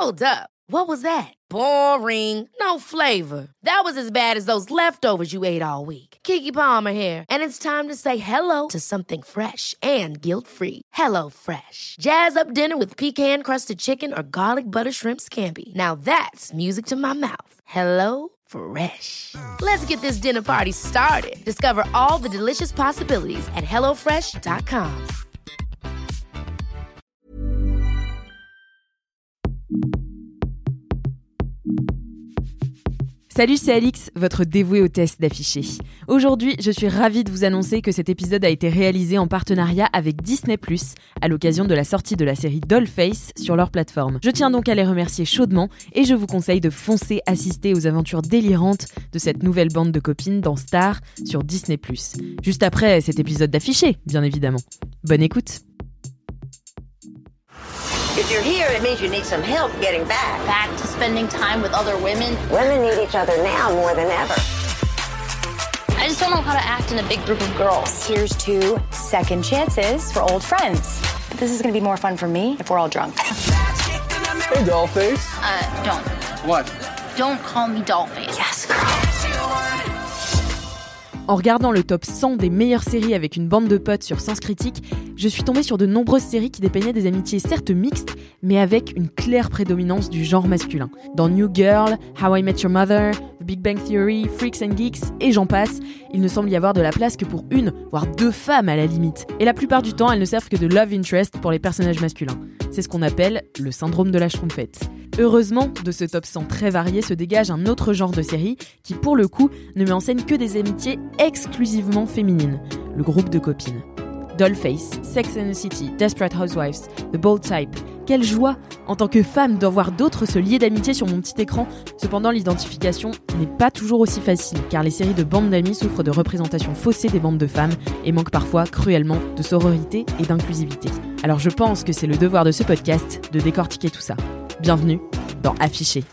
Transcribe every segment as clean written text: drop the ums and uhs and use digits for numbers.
Hold up. What was that? Boring. No flavor. That was as bad as those leftovers you ate all week. Keke Palmer here. And it's time to say hello to something fresh and guilt-free. Hello Fresh. Jazz up dinner with pecan-crusted chicken or garlic butter shrimp scampi. Now that's music to my mouth. Hello Fresh. Let's get this dinner party started. Discover all the delicious possibilities at hellofresh.com. Salut, c'est Alix, votre dévouée hôtesse d'affiché. Aujourd'hui, je suis ravie de vous annoncer que cet épisode a été réalisé en partenariat avec Disney+, à l'occasion de la sortie de la série Dollface sur leur plateforme. Je tiens donc à les remercier chaudement et je vous conseille de foncer assister aux aventures délirantes de cette nouvelle bande de copines dans Star sur Disney+. Juste après cet épisode d'affiché, bien évidemment. Bonne écoute. If you're here, it means you need some help getting back. Back to spending time with other women. Women need each other now more than ever. I just don't know how to act in a big group of girls. Here's to second chances for old friends. But this is going to be more fun for me if we're all drunk. Hey, Dollface. Don't. What? Don't call me Dollface. Yes, girl. En regardant le top 100 des meilleures séries avec une bande de potes sur Sens Critique, je suis tombée sur de nombreuses séries qui dépeignaient des amitiés certes mixtes, mais avec une claire prédominance du genre masculin. Dans New Girl, How I Met Your Mother, The Big Bang Theory, Freaks and Geeks et j'en passe, il ne semble y avoir de la place que pour une, voire deux femmes à la limite. Et la plupart du temps, elles ne servent que de love interest pour les personnages masculins. C'est ce qu'on appelle le syndrome de la schtroumpfette. Heureusement, de ce top 100 très varié se dégage un autre genre de série qui, pour le coup, ne met en scène que des amitiés exclusivement féminines, le groupe de copines. Dollface, Sex and the City, Desperate Housewives, The Bold Type. Quelle joie, en tant que femme, d'en voir d'autres se lier d'amitié sur mon petit écran. Cependant, l'identification n'est pas toujours aussi facile, car les séries de bandes d'amis souffrent de représentations faussées des bandes de femmes et manquent parfois cruellement de sororité et d'inclusivité. Alors je pense que c'est le devoir de ce podcast de décortiquer tout ça. Bienvenue dans Affiché.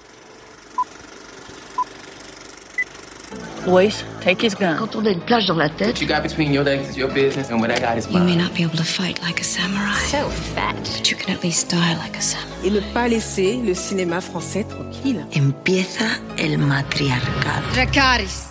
Boys, take his gun. Quand on a une plage dans la tête. What you got between your legs is your business, and what I got is You may mine. not be able to fight like a samurai. So fat. But you can at least die like a samurai. Et ne pas laisser le cinéma français tranquille. Empieza el matriarcado. Dracarys.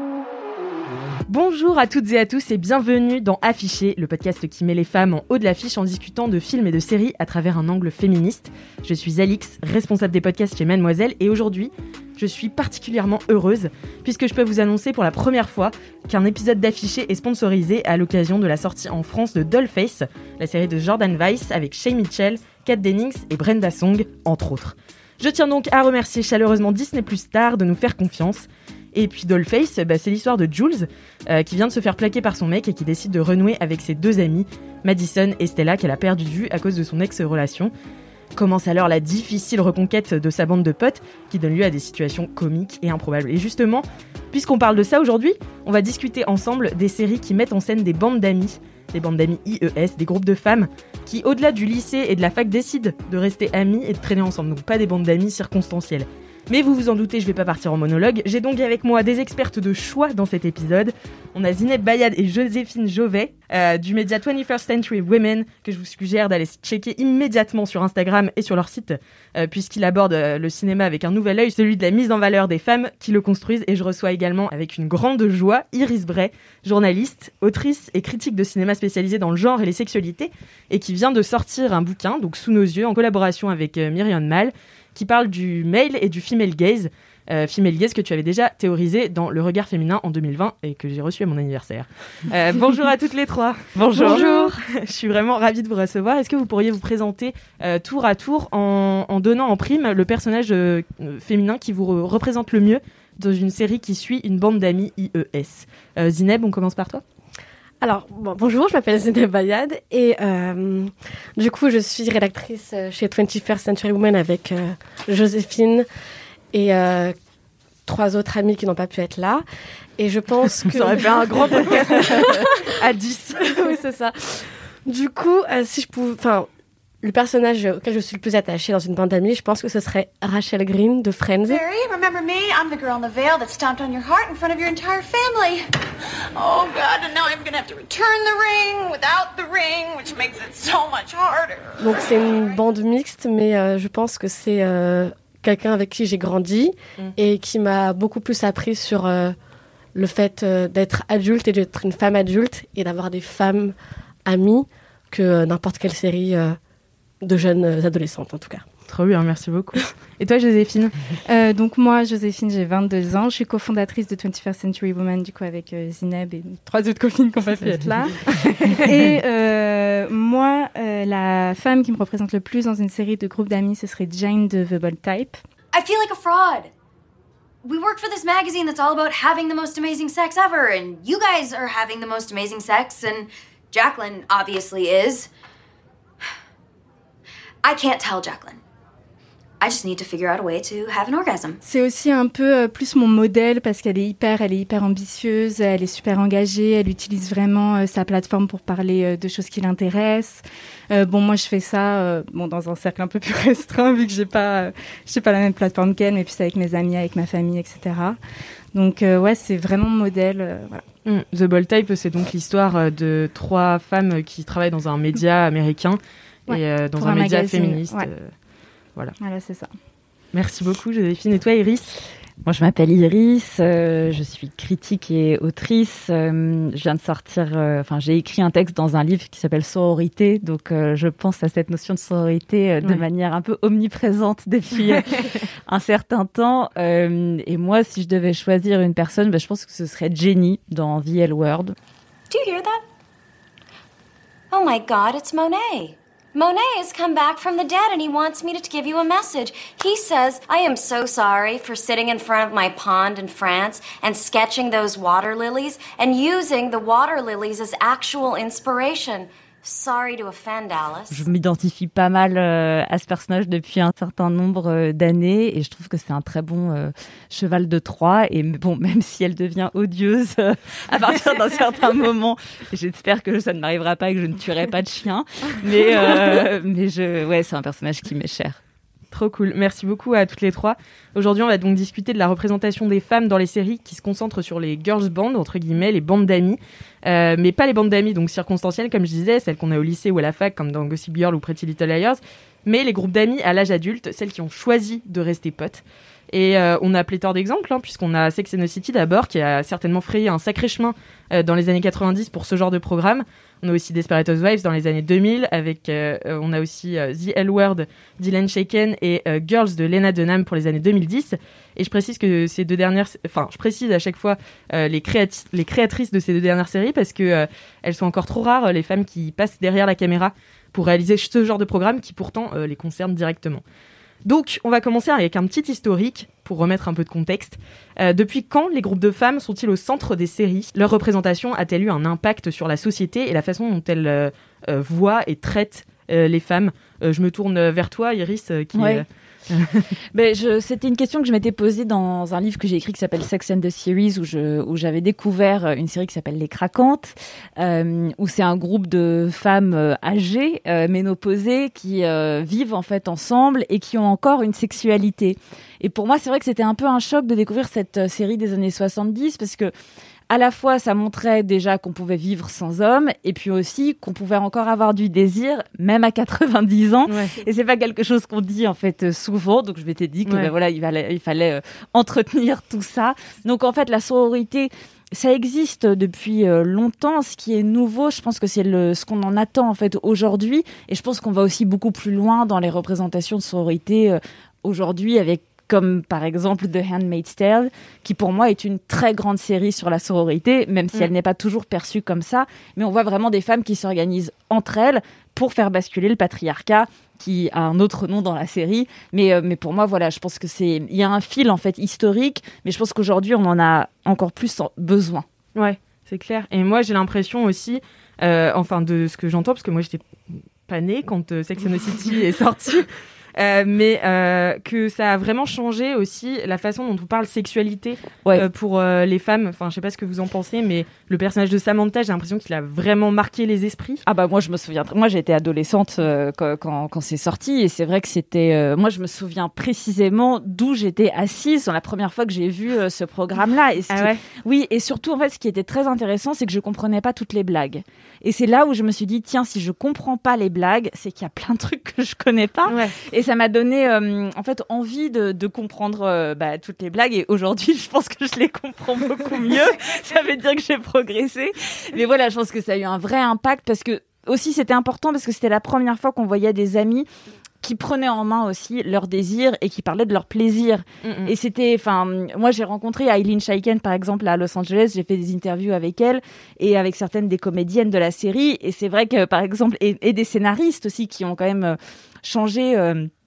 Bonjour à toutes et à tous et bienvenue dans Affiché, le podcast qui met les femmes en haut de l'affiche en discutant de films et de séries à travers un angle féministe. Je suis Alix, responsable des podcasts chez Mademoiselle et aujourd'hui, je suis particulièrement heureuse puisque je peux vous annoncer pour la première fois qu'un épisode d'Affiché est sponsorisé à l'occasion de la sortie en France de Dollface, la série de Jordan Weiss avec Shay Mitchell, Kat Dennings et Brenda Song, entre autres. Je tiens donc à remercier chaleureusement Disney+ Star de nous faire confiance. Et puis Dollface, c'est l'histoire de Jules, qui vient de se faire plaquer par son mec et qui décide de renouer avec ses deux amies, Madison et Stella, qu'elle a perdu de vue à cause de son ex-relation. Commence alors la difficile reconquête de sa bande de potes, qui donne lieu à des situations comiques et improbables. Et justement, puisqu'on parle de ça aujourd'hui, on va discuter ensemble des séries qui mettent en scène des bandes d'amis IES, des groupes de femmes, qui au-delà du lycée et de la fac décident de rester amies et de traîner ensemble, donc pas des bandes d'amis circonstancielles. Mais vous vous en doutez, je vais pas partir en monologue. J'ai donc avec moi des expertes de choix dans cet épisode. On a Zineb Bayad et Joséphine Jovet du média 21st Century Women, que je vous suggère d'aller checker immédiatement sur Instagram et sur leur site, puisqu'il aborde le cinéma avec un nouvel œil, celui de la mise en valeur des femmes qui le construisent. Et je reçois également avec une grande joie Iris Bray, journaliste, autrice et critique de cinéma spécialisée dans le genre et les sexualités, et qui vient de sortir un bouquin, donc Sous nos yeux, en collaboration avec Myriam Mal, qui parle du male et du female gaze. Female gaze que tu avais déjà théorisé dans Le Regard Féminin en 2020 et que j'ai reçu à mon anniversaire. Bonjour à toutes les trois. Bonjour. Je suis vraiment ravie de vous recevoir. Est-ce que vous pourriez vous présenter tour à tour en donnant en prime le personnage féminin qui vous représente le mieux dans une série qui suit une bande d'amis IES. Zineb, on commence par toi. Alors, bonjour, je m'appelle Zineb Bayad et du coup, je suis rédactrice chez 21st Century Women avec Joséphine et 3 autres amis qui n'ont pas pu être là. Et je pense que... Ça aurait fait un grand podcast à 10. Oui, c'est ça. Du coup, si je pouvais... Enfin, le personnage auquel je suis le plus attachée dans une bande d'amis, je pense que ce serait Rachel Green de Friends. Barry, remember me? I'm the girl in the veil that stomped on your heart in front of your entire family. Oh, God, and now I'm going to have to return the ring without the ring, which makes it so much harder. Donc c'est une bande mixte, mais je pense que c'est quelqu'un avec qui j'ai grandi et qui m'a beaucoup plus appris sur le fait d'être adulte et d'être une femme adulte et d'avoir des femmes amies que n'importe quelle série de jeunes adolescentes, en tout cas. Trop bien, merci beaucoup. Et toi, Joséphine? Donc moi, Joséphine, j'ai 22 ans. Je suis cofondatrice de 21st Century Women, du coup, avec Zineb et 3 autres copines qui n'ont pas pu être là. Et moi, la femme qui me représente le plus dans une série de groupes d'amis, ce serait Jane de The Bold Type. I feel like a fraud. We work for this magazine that's all about having the most amazing sex ever, and you guys are having the most amazing sex, and Jacqueline obviously is. I can't tell Jacqueline. I just need to figure out a way to have an orgasm. C'est aussi un peu plus mon modèle parce qu'elle est hyper ambitieuse, elle est super engagée, elle utilise vraiment sa plateforme pour parler de choses qui l'intéressent. Bon, moi je fais ça dans un cercle un peu plus restreint vu que j'ai pas la même plateforme qu'elle, mais plus avec mes amis, avec ma famille, etc. Donc ouais, c'est vraiment mon modèle. Voilà. The Bold Type, c'est donc l'histoire de 3 femmes qui travaillent dans un média américain et dans un média féministe. Ouais. Voilà, c'est ça. Merci beaucoup, Joséphine. Et toi, Iris? Moi, je m'appelle Iris, je suis critique et autrice. Je viens de sortir, j'ai écrit un texte dans un livre qui s'appelle Sororité. Donc, je pense à cette notion de sororité de manière un peu omniprésente depuis un certain temps. Et moi, si je devais choisir une personne, je pense que ce serait Jenny dans The L Word. Do you hear that? Oh my God, it's Monet. Monet has come back from the dead and he wants me to give you a message. He says, I am so sorry for sitting in front of my pond in France and sketching those water lilies and using the water lilies as actual inspiration. Sorry to offend Alice. Je m'identifie pas mal à ce personnage depuis un certain nombre d'années et je trouve que c'est un très bon cheval de Troie. Et bon, même si elle devient odieuse à partir d'un certain moment, j'espère que ça ne m'arrivera pas et que je ne tuerai pas de chien. Mais c'est un personnage qui m'est cher. Trop cool. Merci beaucoup à toutes les 3. Aujourd'hui, on va donc discuter de la représentation des femmes dans les séries qui se concentrent sur les girls bands, entre guillemets, les bandes d'amis. Mais pas les bandes d'amis donc circonstancielles, comme je disais, celles qu'on a au lycée ou à la fac, comme dans Gossip Girl ou Pretty Little Liars. Mais les groupes d'amis à l'âge adulte, celles qui ont choisi de rester potes. Et on a pléthore d'exemples, puisqu'on a Sex and the City d'abord, qui a certainement frayé un sacré chemin dans les années 90 pour ce genre de programme. On a aussi Desperate Housewives dans les années 2000, avec on a aussi The L Word d'Ilana Shaken et Girls de Lena Dunham pour les années 2010. Et je précise que ces deux dernières, je précise à chaque fois les créatrices de ces 2 dernières séries parce que elles sont encore trop rares, les femmes qui passent derrière la caméra pour réaliser ce genre de programme qui pourtant les concerne directement. Donc, on va commencer avec un petit historique pour remettre un peu de contexte. Depuis quand les groupes de femmes sont-ils au centre des séries? Leur représentation a-t-elle eu un impact sur la société et la façon dont elles voient et traitent les femmes? Je me tourne vers toi, Iris, qui... Ouais. C'était une question que je m'étais posée dans un livre que j'ai écrit qui s'appelle Sex and the Series où j'avais découvert une série qui s'appelle Les Craquantes où c'est un groupe de femmes âgées, ménopausées qui vivent en fait ensemble et qui ont encore une sexualité. Et pour moi, c'est vrai que c'était un peu un choc de découvrir cette série des années 70 parce que à la fois, ça montrait déjà qu'on pouvait vivre sans hommes et puis aussi qu'on pouvait encore avoir du désir, même à 90 ans. Ouais. Et c'est pas quelque chose qu'on dit, en fait, souvent. Donc, je m'étais dit que, il fallait entretenir tout ça. Donc, en fait, la sororité, ça existe depuis longtemps. Ce qui est nouveau, je pense que c'est ce qu'on en attend, en fait, aujourd'hui. Et je pense qu'on va aussi beaucoup plus loin dans les représentations de sororité aujourd'hui avec comme par exemple The Handmaid's Tale, qui pour moi est une très grande série sur la sororité, même si elle n'est pas toujours perçue comme ça. Mais on voit vraiment des femmes qui s'organisent entre elles pour faire basculer le patriarcat, qui a un autre nom dans la série. Mais pour moi, voilà, je pense que il y a un fil en fait historique, mais je pense qu'aujourd'hui, on en a encore plus besoin. Ouais, c'est clair. Et moi, j'ai l'impression aussi, de ce que j'entends, parce que moi, j'étais pas née quand Sex and the City est sorti. mais que ça a vraiment changé aussi la façon dont on parle sexualité pour les femmes. Enfin, je sais pas ce que vous en pensez, mais le personnage de Samantha, j'ai l'impression qu'il a vraiment marqué les esprits. Ah bah moi je me souviens, moi j'ai été adolescente quand c'est sorti, et c'est vrai que c'était, moi je me souviens précisément d'où j'étais assise la première fois que j'ai vu ce programme-là. Et oui, et surtout en fait ce qui était très intéressant, c'est que je comprenais pas toutes les blagues. Et c'est là où je me suis dit, tiens, si je comprends pas les blagues, c'est qu'il y a plein de trucs que je connais pas. Ouais. Et ça m'a donné en fait envie de comprendre toutes les blagues. Et aujourd'hui, je pense que je les comprends beaucoup mieux. Ça veut dire que j'ai progressé. Mais voilà, je pense que ça a eu un vrai impact parce que aussi c'était important parce que c'était la première fois qu'on voyait des amis qui prenaient en main aussi leurs désirs et qui parlaient de leur plaisir. Et c'était, moi j'ai rencontré Eileen Scheiken par exemple à Los Angeles, j'ai fait des interviews avec elle et avec certaines des comédiennes de la série, et c'est vrai que par exemple, et des scénaristes aussi qui ont quand même changé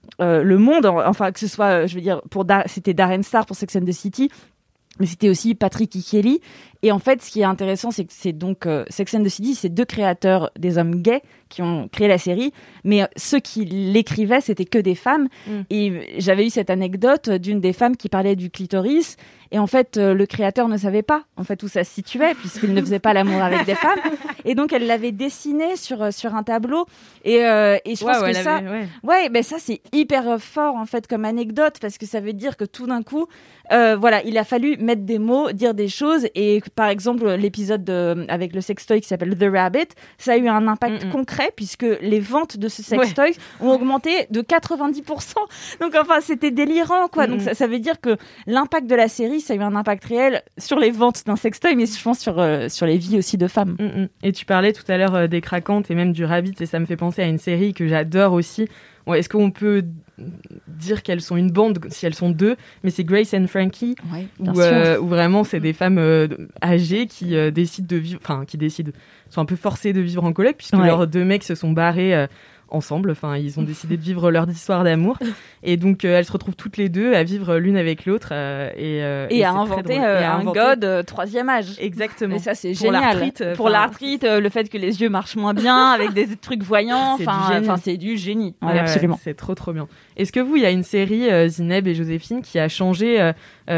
le monde, enfin que ce soit, je veux dire, c'était Darren Star pour Sex and the City, mais c'était aussi Patrick Kelly. Et en fait, ce qui est intéressant, c'est que c'est donc Sex and the City, c'est 2 créateurs, des hommes gays, qui ont créé la série, mais ceux qui l'écrivaient, c'était que des femmes. Et j'avais eu cette anecdote d'une des femmes qui parlait du clitoris, et en fait, le créateur ne savait pas en fait où ça se situait, puisqu'il ne faisait pas l'amour avec des femmes. Et donc, elle l'avait dessiné sur un tableau. Et je pense que ça, ça c'est hyper fort en fait comme anecdote, parce que ça veut dire que tout d'un coup, il a fallu mettre des mots, dire des choses. Et par exemple, l'épisode avec le sextoy qui s'appelle The Rabbit, ça a eu un impact concret, puisque les ventes de ce sextoy ont augmenté de 90%. Donc enfin, c'était délirant, quoi. Donc ça veut dire que l'impact de la série, ça a eu un impact réel sur les ventes d'un sextoy, mais je pense sur les vies aussi de femmes. Et tu parlais tout à l'heure des Craquantes et même du Rabbit, et ça me fait penser à une série que j'adore aussi. Est-ce qu'on peut dire qu'elles sont une bande si elles sont 2, mais c'est Grace and Frankie, où vraiment c'est des femmes âgées qui décident de vivre, sont un peu forcées de vivre en coloc, puisque leurs 2 mecs se sont barrés ensemble, ils ont décidé de vivre leur histoire d'amour, et donc elles se retrouvent toutes les 2 à vivre l'une avec l'autre et à inventer un god troisième âge. Exactement. Et ça c'est génial. Pour l'arthrite, le fait que les yeux marchent moins bien avec des trucs voyants, c'est du génie. Absolument. C'est trop bien. Est-ce que il y a une série Zineb et Joséphine qui a changé,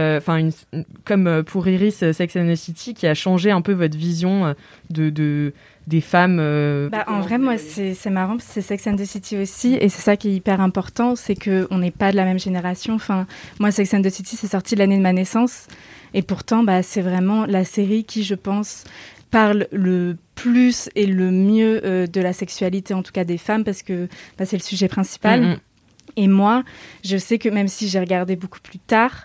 comme pour Iris Sex and the City, qui a changé un peu votre vision des femmes En vrai, moi, c'est marrant, parce que c'est Sex and the City aussi, et c'est ça qui est hyper important, c'est qu'on n'est pas de la même génération. Moi, Sex and the City, c'est sorti l'année de ma naissance, et pourtant, c'est vraiment la série qui, je pense, parle le plus et le mieux de la sexualité, en tout cas des femmes, parce que c'est le sujet principal. Et moi, je sais que même si j'ai regardé beaucoup plus tard,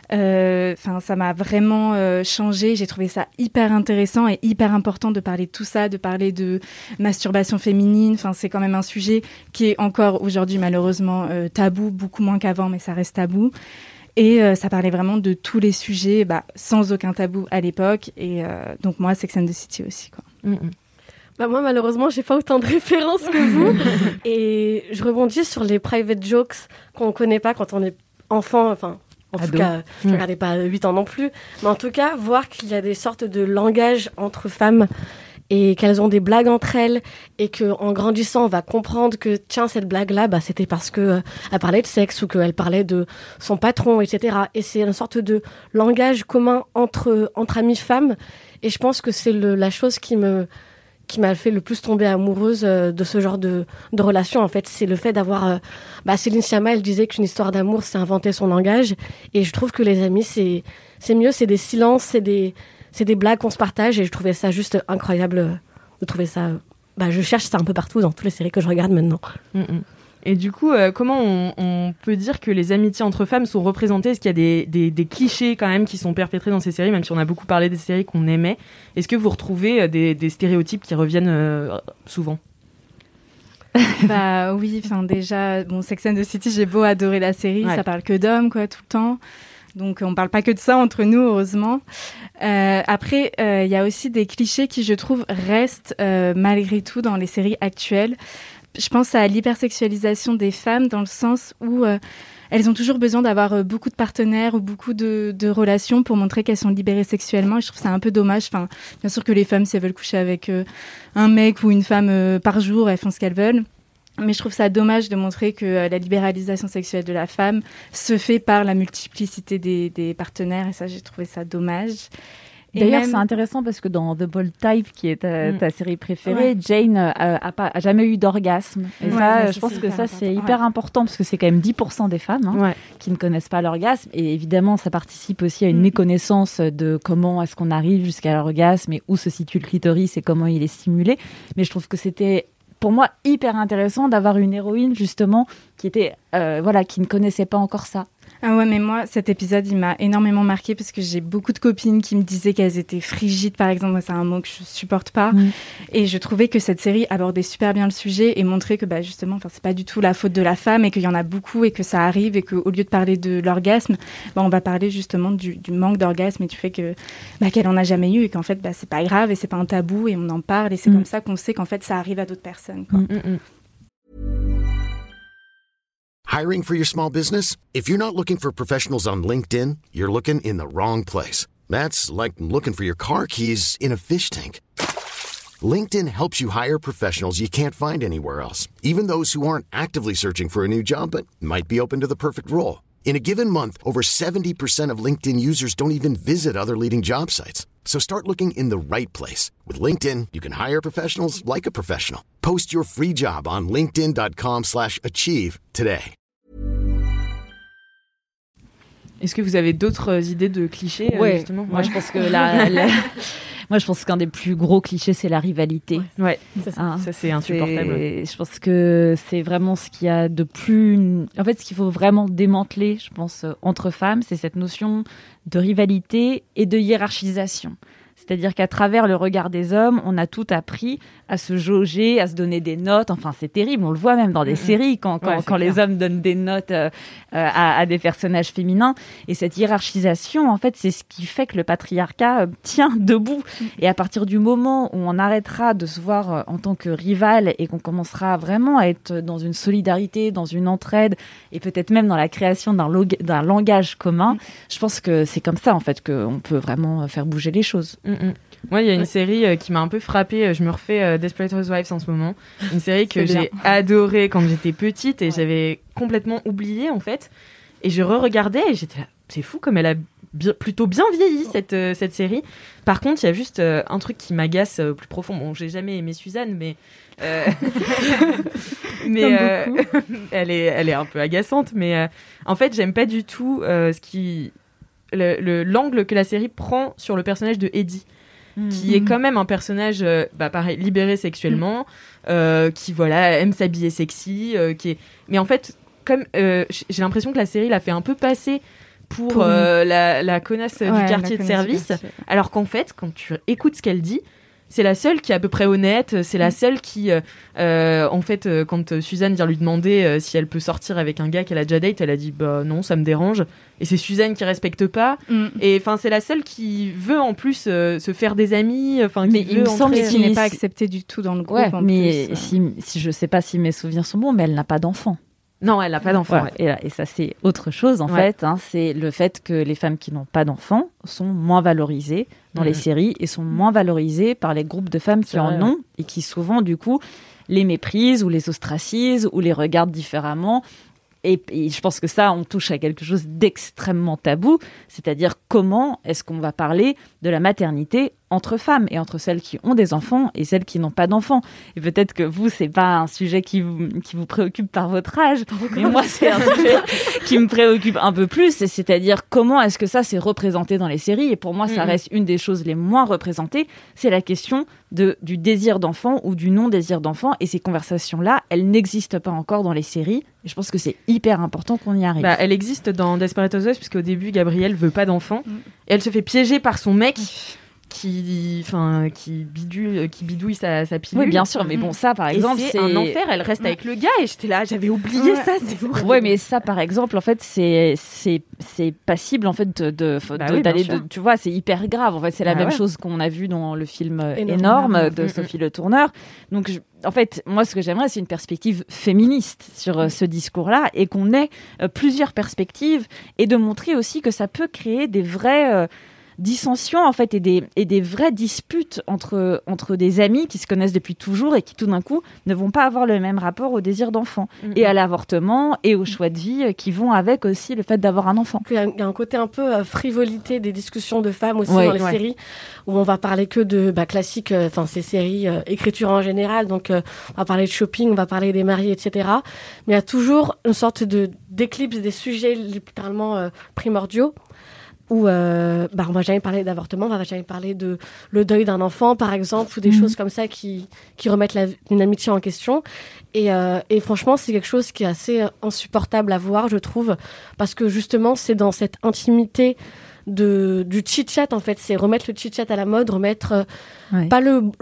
ça m'a vraiment changé. J'ai trouvé ça hyper intéressant et hyper important de parler de tout ça, de parler de masturbation féminine. C'est quand même un sujet qui est encore aujourd'hui malheureusement tabou, beaucoup moins qu'avant, mais ça reste tabou. Et ça parlait vraiment de tous les sujets, sans aucun tabou à l'époque. Et donc moi, Sex and the City aussi, quoi. Moi, malheureusement, j'ai pas autant de références que vous. Et je rebondis sur les private jokes qu'on connaît pas quand on est enfant, en tout cas, je ne regardais pas 8 ans non plus. Mais en tout cas, voir qu'il y a des sortes de langage entre femmes et qu'elles ont des blagues entre elles, et qu'en grandissant, on va comprendre que, tiens, cette blague-là, c'était parce qu'elle parlait de sexe ou qu'elle parlait de son patron, etc. Et c'est une sorte de langage commun entre amies femmes. Et je pense que c'est la chose qui m'a fait le plus tomber amoureuse de ce genre de relation. En fait, c'est le fait d'avoir... Céline Sciamma, elle disait qu'une histoire d'amour, c'est inventer son langage. Et je trouve que les amis, c'est mieux, c'est des silences, c'est des blagues qu'on se partage. Et je trouvais ça juste incroyable de trouver ça... je cherche ça un peu partout dans toutes les séries que je regarde maintenant. Et du coup, comment on peut dire que les amitiés entre femmes sont représentées ? Est-ce qu'il y a des clichés quand même qui sont perpétrés dans ces séries, même si on a beaucoup parlé des séries qu'on aimait ? Est-ce que vous retrouvez des stéréotypes qui reviennent souvent ? Oui, déjà, Sex and the City, j'ai beau adorer la série, ça parle que d'hommes, quoi, tout le temps. Donc, on parle pas que de ça entre nous, heureusement. Après, il y a aussi des clichés qui, je trouve, restent malgré tout dans les séries actuelles. Je pense à l'hypersexualisation des femmes, dans le sens où elles ont toujours besoin d'avoir beaucoup de partenaires ou beaucoup de relations pour montrer qu'elles sont libérées sexuellement. Et je trouve ça un peu dommage. Bien sûr que les femmes, si elles veulent coucher avec un mec ou une femme par jour, elles font ce qu'elles veulent. Mais je trouve ça dommage de montrer que la libéralisation sexuelle de la femme se fait par la multiplicité des partenaires. Et ça, j'ai trouvé ça dommage. D'ailleurs, c'est intéressant parce que dans The Bold Type, qui est ta série préférée, Jane a jamais eu d'orgasme. Et ça, je pense que ça, c'est hyper important parce que c'est quand même 10% des femmes qui ne connaissent pas l'orgasme. Et évidemment, ça participe aussi à une méconnaissance de comment est-ce qu'on arrive jusqu'à l'orgasme et où se situe le clitoris et comment il est stimulé. Mais je trouve que c'était, pour moi, hyper intéressant d'avoir une héroïne, justement, qui était, qui ne connaissait pas encore ça. Ah ouais, mais moi, cet épisode, il m'a énormément marquée parce que j'ai beaucoup de copines qui me disaient qu'elles étaient frigides, par exemple. Moi, c'est un mot que je supporte pas. Et je trouvais que cette série abordait super bien le sujet et montrait que, justement, c'est pas du tout la faute de la femme et qu'il y en a beaucoup et que ça arrive et qu'au lieu de parler de l'orgasme, on va parler justement du manque d'orgasme et du fait que, qu'elle en a jamais eu et qu'en fait, c'est pas grave et c'est pas un tabou et on en parle et c'est comme ça qu'on sait qu'en fait, ça arrive à d'autres personnes, quoi. Hiring for your small business? If you're not looking for professionals on LinkedIn, you're looking in the wrong place. That's like looking for your car keys in a fish tank. LinkedIn helps you hire professionals you can't find anywhere else, even those who aren't actively searching for a new job but might be open to the perfect role. In a given month, over 70% of LinkedIn users don't even visit other leading job sites. So start looking in the right place. With LinkedIn, you can hire professionals like a professional. Post your free job on linkedin.com/achieve today. Est-ce que vous avez d'autres idées de clichés justement ? Moi, je pense que moi, je pense qu'un des plus gros clichés, c'est la rivalité. Ouais, ça c'est insupportable. Je pense que c'est vraiment ce qu'il y a de plus... En fait, ce qu'il faut vraiment démanteler, je pense, entre femmes, c'est cette notion de rivalité et de hiérarchisation. C'est-à-dire qu'à travers le regard des hommes, on a tout appris à se jauger, à se donner des notes. Enfin, c'est terrible. On le voit même dans des séries quand les hommes donnent des notes à des personnages féminins. Et cette hiérarchisation, en fait, c'est ce qui fait que le patriarcat tient debout. Et à partir du moment où on arrêtera de se voir en tant que rival et qu'on commencera vraiment à être dans une solidarité, dans une entraide et peut-être même dans la création d'un langage commun, je pense que c'est comme ça, en fait, qu'on peut vraiment faire bouger les choses. Moi, il y a une série qui m'a un peu frappée. Je me refais Desperate Housewives en ce moment. Une série que j'ai adorée quand j'étais petite et j'avais complètement oublié, en fait. Et je re-regardais et j'étais là, c'est fou comme elle a plutôt bien vieilli, cette série. Par contre, il y a juste un truc qui m'agace au plus profond. Bon, j'ai jamais aimé Suzanne, mais... elle est un peu agaçante. Mais en fait, j'aime pas du tout l'angle que la série prend sur le personnage de Eddie, qui est quand même un personnage pareil, libéré sexuellement, qui aime s'habiller sexy, mais en fait comme j'ai l'impression que la série l'a fait un peu passer pour la connasse du quartier de service, alors qu'en fait quand tu écoutes ce qu'elle dit, c'est la seule qui est à peu près honnête, c'est la seule qui, en fait, quand Suzanne vient lui demander si elle peut sortir avec un gars qu'elle a déjà date, elle a dit non, ça me dérange. Et c'est Suzanne qui respecte pas. Et enfin, c'est la seule qui veut en plus se faire des amis. Mais il me semble qu'elle n'est pas acceptée du tout dans le groupe. Mais si je sais pas si mes souvenirs sont bons, mais elle n'a pas d'enfant. Non, elle n'a pas d'enfant. Ouais. Et ça, c'est autre chose, en fait. C'est le fait que les femmes qui n'ont pas d'enfants sont moins valorisées dans les séries et sont moins valorisées par les groupes de femmes qui en ont et qui souvent, du coup, les méprisent ou les ostracisent ou les regardent différemment. Et je pense que ça, on touche à quelque chose d'extrêmement tabou, c'est-à-dire comment est-ce qu'on va parler de la maternité entre femmes et entre celles qui ont des enfants et celles qui n'ont pas d'enfants. Et peut-être que vous, c'est pas un sujet qui vous préoccupe par votre âge, mais moi, c'est un sujet qui me préoccupe un peu plus, c'est-à-dire comment est-ce que ça s'est représenté dans les séries. Et pour moi, ça reste une des choses les moins représentées, c'est la question du désir d'enfant ou du non-désir d'enfant. Et ces conversations-là, elles n'existent pas encore dans les séries. Et je pense que c'est hyper important qu'on y arrive. Elle existe dans Desperate Housewives, puisqu'au début, Gabrielle veut pas d'enfant. Et elle se fait piéger par son mec qui bidouille sa pilule. Oui, bien sûr, mais bon, ça, par exemple, c'est un enfer. Elle reste avec le gars et j'étais là, j'avais oublié ça. C'est horrible. Ouais, mais ça, par exemple, en fait, c'est passible, en fait, d'aller, tu vois, c'est hyper grave. En fait, c'est la même chose qu'on a vu dans le film Énorme de Sophie Le Tourneur. Donc, en fait, moi, ce que j'aimerais, c'est une perspective féministe sur ce discours-là et qu'on ait plusieurs perspectives et de montrer aussi que ça peut créer des vrais dissensions en fait et des vraies disputes entre des amis qui se connaissent depuis toujours et qui tout d'un coup ne vont pas avoir le même rapport au désir d'enfant et à l'avortement et au choix de vie qui vont avec aussi le fait d'avoir un enfant. Il y a un côté un peu frivolité des discussions de femmes aussi dans les séries où on va parler que de classiques, ces séries écriture en général, donc on va parler de shopping, on va parler des mariés, etc. Mais il y a toujours une sorte d'éclipse des sujets littéralement primordiaux où on va jamais parler d'avortement, on va jamais parler de le deuil d'un enfant par exemple ou des choses comme ça qui remettent une amitié en question et franchement c'est quelque chose qui est assez insupportable à voir je trouve parce que justement c'est dans cette intimité du chit-chat en fait, c'est remettre le chit-chat à la mode, remettre pas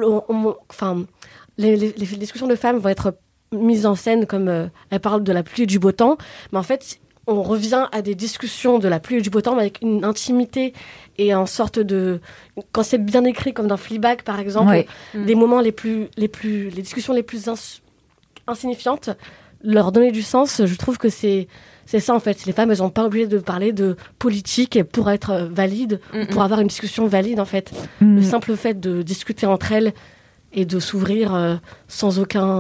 les discussions de femmes vont être mises en scène comme elles parlent de la pluie et du beau temps, mais en fait on revient à des discussions de la pluie et du beau temps mais avec une intimité et en sorte de quand c'est bien écrit comme dans Fleabag par exemple, des moments les discussions les plus insignifiantes, leur donner du sens, je trouve que c'est ça en fait, les femmes elles n'ont pas obligé de parler de politique pour être valides, pour avoir une discussion valide en fait. Le simple fait de discuter entre elles et de s'ouvrir sans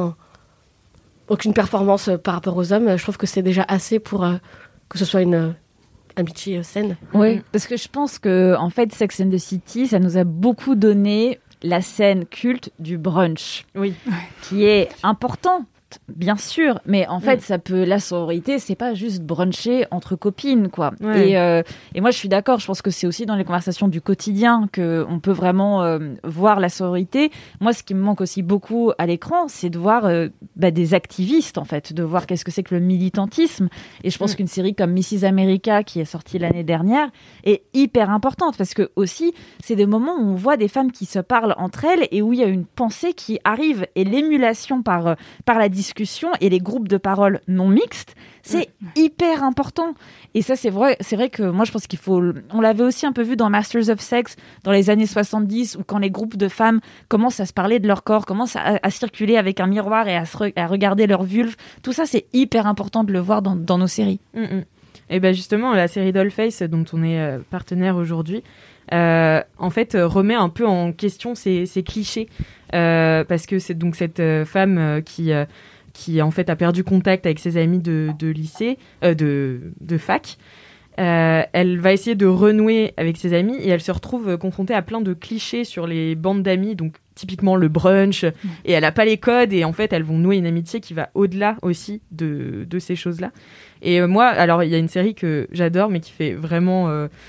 aucune performance par rapport aux hommes, je trouve que c'est déjà assez pour que ce soit une amitié saine. Oui, parce que je pense que en fait Sex and the City, ça nous a beaucoup donné la scène culte du brunch, qui est important. Bien sûr, mais en fait, la sororité, c'est pas juste bruncher entre copines, quoi. Et moi, je suis d'accord. Je pense que c'est aussi dans les conversations du quotidien que on peut vraiment voir la sororité. Moi, ce qui me manque aussi beaucoup à l'écran, c'est de voir des activistes, en fait, de voir qu'est-ce que c'est que le militantisme. Et je pense qu'une série comme Mrs. America, qui est sortie l'année dernière, est hyper importante parce que aussi, c'est des moments où on voit des femmes qui se parlent entre elles et où il y a une pensée qui arrive et l'émulation par la discussion et les groupes de parole non mixtes, c'est hyper important. Et ça, c'est vrai que moi, je pense qu'il faut... On l'avait aussi un peu vu dans Masters of Sex dans les années 70, où quand les groupes de femmes commencent à se parler de leur corps, commencent à circuler avec un miroir et à regarder leur vulve, tout ça, c'est hyper important de le voir dans nos séries. Et bien justement, la série Dollface, dont on est partenaire aujourd'hui, en fait, remet un peu en question ces clichés. Parce que c'est donc cette femme qui en fait a perdu contact avec ses amis de lycée, de fac. Elle va essayer de renouer avec ses amis et elle se retrouve confrontée à plein de clichés sur les bandes d'amis, donc typiquement le brunch, et elle n'a pas les codes et en fait elles vont nouer une amitié qui va au-delà aussi de ces choses-là. Et moi, alors il y a une série que j'adore mais qui fait vraiment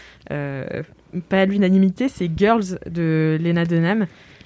pas l'unanimité, c'est Girls de Lena Dunham,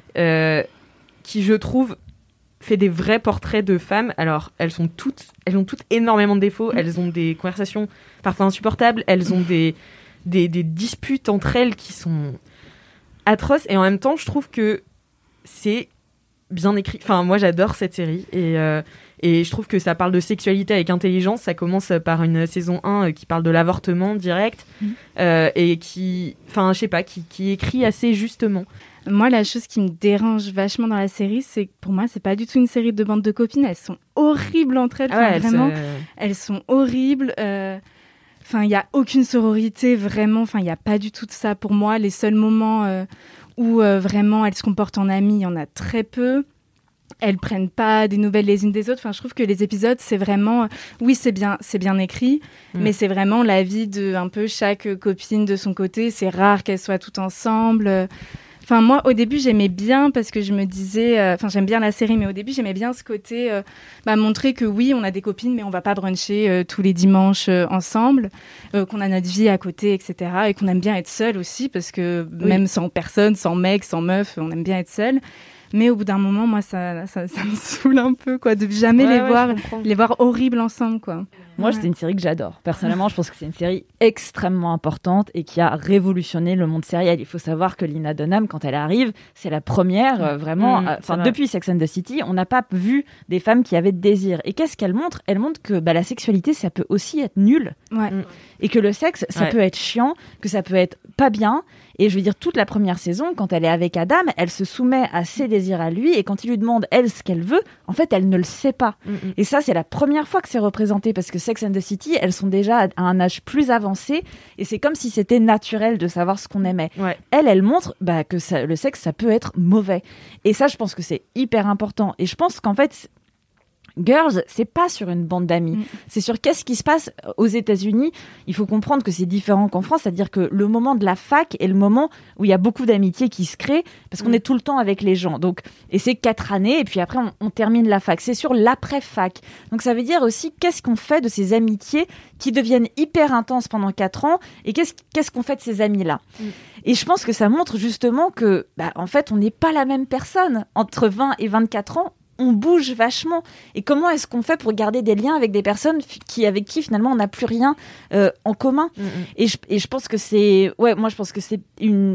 qui je trouve fait des vrais portraits de femmes. Alors, elles ont toutes énormément de défauts. Elles ont des conversations parfois insupportables. Elles ont des disputes entre elles qui sont atroces. Et en même temps, je trouve que c'est bien écrit. Enfin, moi, j'adore cette série. Et je trouve que ça parle de sexualité avec intelligence. Ça commence par une saison 1 qui parle de l'avortement direct. Et qui écrit assez justement. Moi, la chose qui me dérange vachement dans la série, c'est que pour moi, c'est pas du tout une série de bandes de copines. Elles sont horribles entre elles. Elles sont horribles. Il y a aucune sororité, vraiment. Il y a pas du tout de ça pour moi. Les seuls moments où vraiment elles se comportent en amies, il y en a très peu. Elles prennent pas des nouvelles les unes des autres. Je trouve que les épisodes, c'est vraiment... Oui, c'est bien écrit, mais c'est vraiment la vie de un peu chaque copine de son côté. C'est rare qu'elles soient toutes ensemble. Moi, au début, j'aimais bien parce que je me disais... j'aime bien la série, mais au début, j'aimais bien ce côté... montrer que oui, on a des copines, mais on va pas bruncher tous les dimanches ensemble, qu'on a notre vie à côté, etc. Et qu'on aime bien être seule aussi, parce que même sans personne, sans mec, sans meuf, on aime bien être seule. Mais au bout d'un moment, moi, ça me saoule un peu, quoi, de jamais les voir horribles ensemble, quoi. Moi, c'est une série que j'adore. Personnellement, je pense que c'est une série extrêmement importante et qui a révolutionné le monde serial. Il faut savoir que Lena Dunham, quand elle arrive, c'est la première, vraiment... depuis Sex and the City, on n'a pas vu des femmes qui avaient de désir. Et qu'est-ce qu'elle montre ? Elle montre que la sexualité, ça peut aussi être nul. Et que le sexe, ça peut être chiant, que ça peut être pas bien, Et je veux dire, toute la première saison, quand elle est avec Adam, elle se soumet à ses désirs à lui, et quand il lui demande, elle, ce qu'elle veut, en fait, elle ne le sait pas. Et ça, c'est la première fois que c'est représenté, parce que Sex and the City, elles sont déjà à un âge plus avancé, et c'est comme si c'était naturel de savoir ce qu'on aimait. Ouais. Elle montre que le sexe, ça peut être mauvais. Et ça, je pense que c'est hyper important. Et je pense qu'en fait, Girls, c'est pas sur une bande d'amis. C'est sur qu'est-ce qui se passe aux États-Unis. Il faut comprendre que c'est différent qu'en France, c'est-à-dire que le moment de la fac est le moment où il y a beaucoup d'amitiés qui se créent parce qu'on est tout le temps avec les gens. Donc, et c'est 4 années et puis après on termine la fac. C'est sur l'après-fac. Donc ça veut dire aussi qu'est-ce qu'on fait de ces amitiés qui deviennent hyper intenses pendant 4 ans et qu'est-ce qu'on fait de ces amis-là. Et je pense que ça montre justement que, en fait, on n'est pas la même personne entre 20 et 24 ans. On bouge vachement. Et comment est-ce qu'on fait pour garder des liens avec des personnes avec qui finalement on n'a plus rien en commun. Et je pense que c'est... Ouais, moi je pense que c'est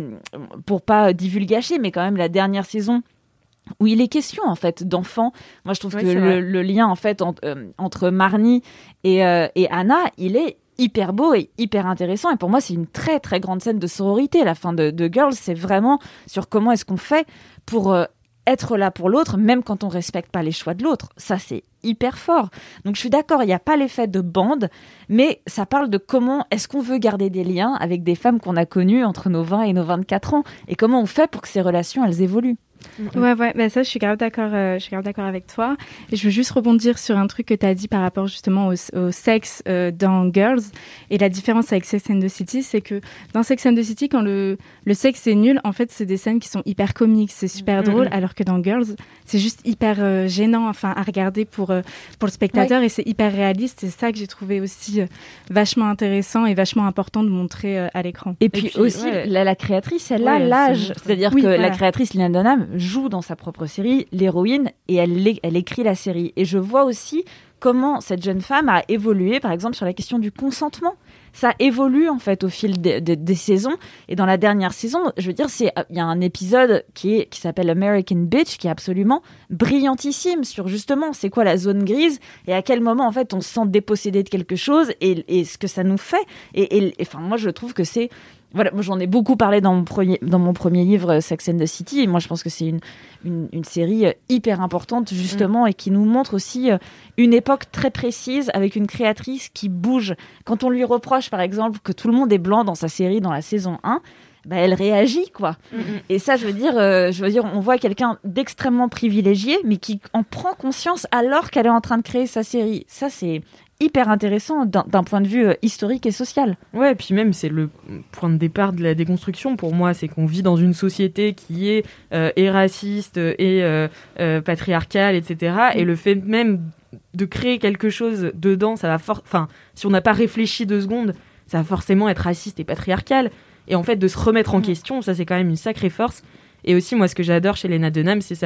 pour pas divulgacher, mais quand même la dernière saison où il est question en fait d'enfants. Moi je trouve que le lien en fait entre Marnie et Anna, il est hyper beau et hyper intéressant. Et pour moi, c'est une très très grande scène de sororité. La fin de Girls, c'est vraiment sur comment est-ce qu'on fait pour... être là pour l'autre, même quand on respecte pas les choix de l'autre. Ça, c'est hyper fort. Donc, je suis d'accord, il n'y a pas l'effet de bande, mais ça parle de comment est-ce qu'on veut garder des liens avec des femmes qu'on a connues entre nos 20 et nos 24 ans, et comment on fait pour que ces relations, elles évoluent. Ouais, ça, je suis grave d'accord avec toi. Et je veux juste rebondir sur un truc que tu as dit par rapport justement au sexe dans Girls. Et la différence avec Sex and the City, c'est que dans Sex and the City, quand le sexe est nul, en fait, c'est des scènes qui sont hyper comiques, c'est super drôle, alors que dans Girls, c'est juste hyper gênant, enfin, à regarder pour le spectateur, et c'est hyper réaliste. C'est ça que j'ai trouvé aussi vachement intéressant et vachement important de montrer à l'écran. Et puis aussi, la créatrice, elle a l'âge. C'est-à-dire que la créatrice, Lena Dunham, joue dans sa propre série l'héroïne et elle écrit la série. Et je vois aussi comment cette jeune femme a évolué, par exemple, sur la question du consentement. Ça évolue, en fait, au fil des saisons. Et dans la dernière saison, je veux dire, il y a un épisode qui s'appelle American Bitch, qui est absolument brillantissime sur, justement, c'est quoi la zone grise et à quel moment, en fait, on se sent dépossédé de quelque chose et ce que ça nous fait. Et enfin, moi, je trouve que c'est... Voilà, moi j'en ai beaucoup parlé dans mon premier livre Sex and the City, et moi je pense que c'est une série hyper importante justement et qui nous montre aussi une époque très précise avec une créatrice qui bouge. Quand on lui reproche par exemple que tout le monde est blanc dans sa série dans la saison 1, elle réagit quoi. Et ça je veux dire on voit quelqu'un d'extrêmement privilégié mais qui en prend conscience alors qu'elle est en train de créer sa série. Ça c'est hyper intéressant d'un point de vue historique et social. Ouais, et puis même, c'est le point de départ de la déconstruction pour moi, c'est qu'on vit dans une société qui est raciste et patriarcale, etc. Et le fait même de créer quelque chose dedans, ça va si on n'a pas réfléchi 2 secondes, ça va forcément être raciste et patriarcal. Et en fait, de se remettre en question, ça c'est quand même une sacrée force. Et aussi, moi, ce que j'adore chez Lena Dunham, c'est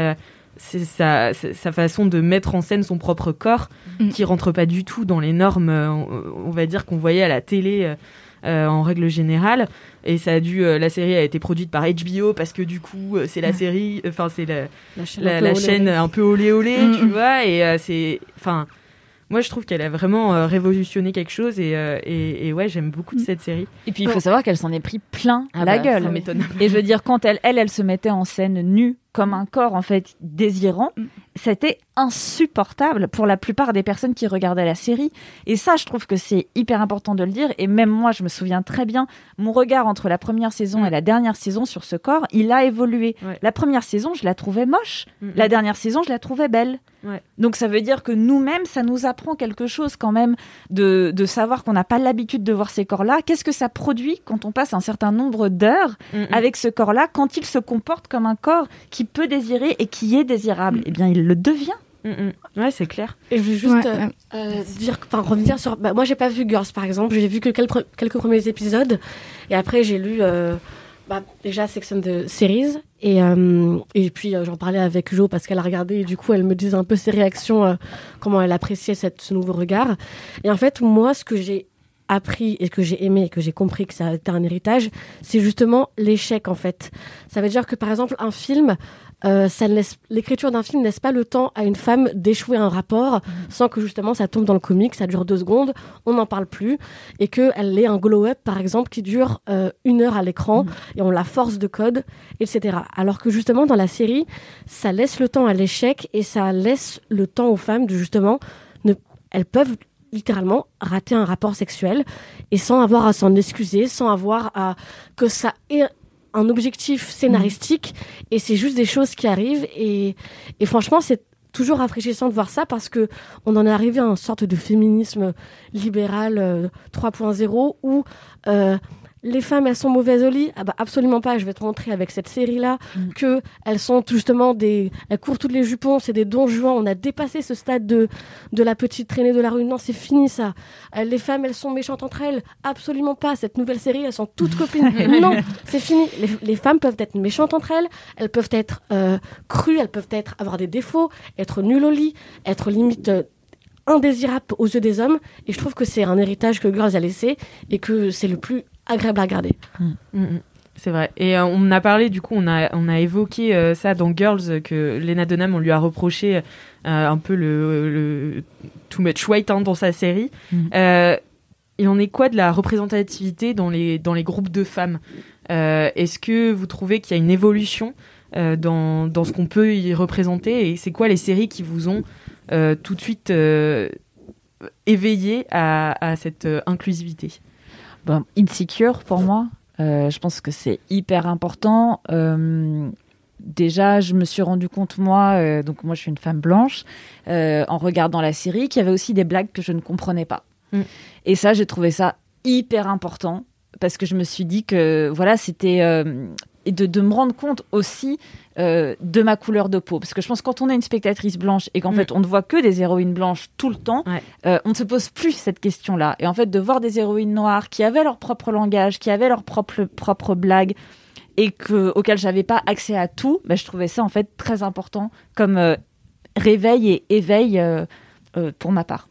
sa façon de mettre en scène son propre corps qui rentre pas du tout dans les normes on va dire qu'on voyait à la télé en règle générale, et ça a la série a été produite par HBO parce que du coup c'est la série, enfin c'est la chaîne un peu olé olé tu vois, et c'est enfin moi je trouve qu'elle a vraiment révolutionné quelque chose, et ouais, j'aime beaucoup de cette série. Et puis il faut savoir qu'elle s'en est pris plein la gueule. Ça m'étonne. Et je veux dire, quand elle se mettait en scène nue comme un corps en fait désirant, c'était insupportable pour la plupart des personnes qui regardaient la série. Et ça, je trouve que c'est hyper important de le dire. Et même moi, je me souviens très bien, mon regard entre la première saison et la dernière saison sur ce corps, il a évolué. Ouais. La première saison, je la trouvais moche. La dernière saison, je la trouvais belle. Ouais. Donc ça veut dire que nous-mêmes, ça nous apprend quelque chose quand même de savoir qu'on n'a pas l'habitude de voir ces corps-là. Qu'est-ce que ça produit quand on passe un certain nombre d'heures avec ce corps-là, quand il se comporte comme un corps qui peut désirer et qui est désirable? Eh bien, il le devient. Ouais, c'est clair. Et je veux juste revenir sur... moi, j'ai pas vu Girls, par exemple. J'ai vu que quelques premiers épisodes. Et après, j'ai lu déjà Sex and the Series. Et puis, j'en parlais avec Jo parce qu'elle a regardé. Et du coup, elle me disait un peu ses réactions, comment elle appréciait ce nouveau regard. Et en fait, moi, ce que j'ai appris et que j'ai aimé et que j'ai compris que ça a été un héritage, c'est justement l'échec, en fait. Ça veut dire que, par exemple, un film... l'écriture d'un film ne laisse pas le temps à une femme d'échouer un rapport sans que justement ça tombe dans le comique, ça dure 2 secondes, on n'en parle plus, et qu'elle ait un glow-up par exemple qui dure 1 heure à l'écran et on la force de code, etc. Alors que justement dans la série, ça laisse le temps à l'échec et ça laisse le temps aux femmes de justement, elles peuvent littéralement rater un rapport sexuel et sans avoir à s'en excuser, sans avoir à que ça ait un objectif scénaristique, et c'est juste des choses qui arrivent, et franchement c'est toujours rafraîchissant de voir ça parce que on en est arrivé à une sorte de féminisme libéral 3.0 où les femmes, elles sont mauvaises au lit. Ah bah absolument pas, je vais te montrer avec cette série-là que elles sont justement elles courent toutes les jupons, c'est des Don Juan, on a dépassé ce stade de la petite traînée de la rue. Non, c'est fini ça. Les femmes, elles sont méchantes entre elles. Absolument pas. Cette nouvelle série, elles sont toutes copines. Non, c'est fini. Les femmes peuvent être méchantes entre elles peuvent être crues, elles peuvent avoir des défauts, être nulles au lit, être limite indésirables aux yeux des hommes. Et je trouve que c'est un héritage que Girls a laissé et que c'est le plus agréable à regarder. C'est vrai. Et on a parlé, du coup, on a évoqué ça dans Girls, que Lena Dunham, on lui a reproché un peu le too much white dans sa série. Il en est quoi de la représentativité dans les groupes de femmes ? Est-ce que vous trouvez qu'il y a une évolution dans ce qu'on peut y représenter ? Et c'est quoi les séries qui vous ont tout de suite éveillé à cette inclusivité ? Insecure, pour moi, je pense que c'est hyper important. Déjà, je me suis rendu compte, donc moi je suis une femme blanche, en regardant la série, qu'il y avait aussi des blagues que je ne comprenais pas. Et ça, j'ai trouvé ça hyper important, parce que je me suis dit que voilà, c'était... et de me rendre compte aussi de ma couleur de peau. Parce que je pense que quand on est une spectatrice blanche et qu'en fait on ne voit que des héroïnes blanches tout le temps, on ne se pose plus cette question-là. Et en fait, de voir des héroïnes noires qui avaient leur propre langage, qui avaient leur propre blague, et auxquelles j'avais pas accès à tout, je trouvais ça en fait très important comme réveil et éveil pour ma part.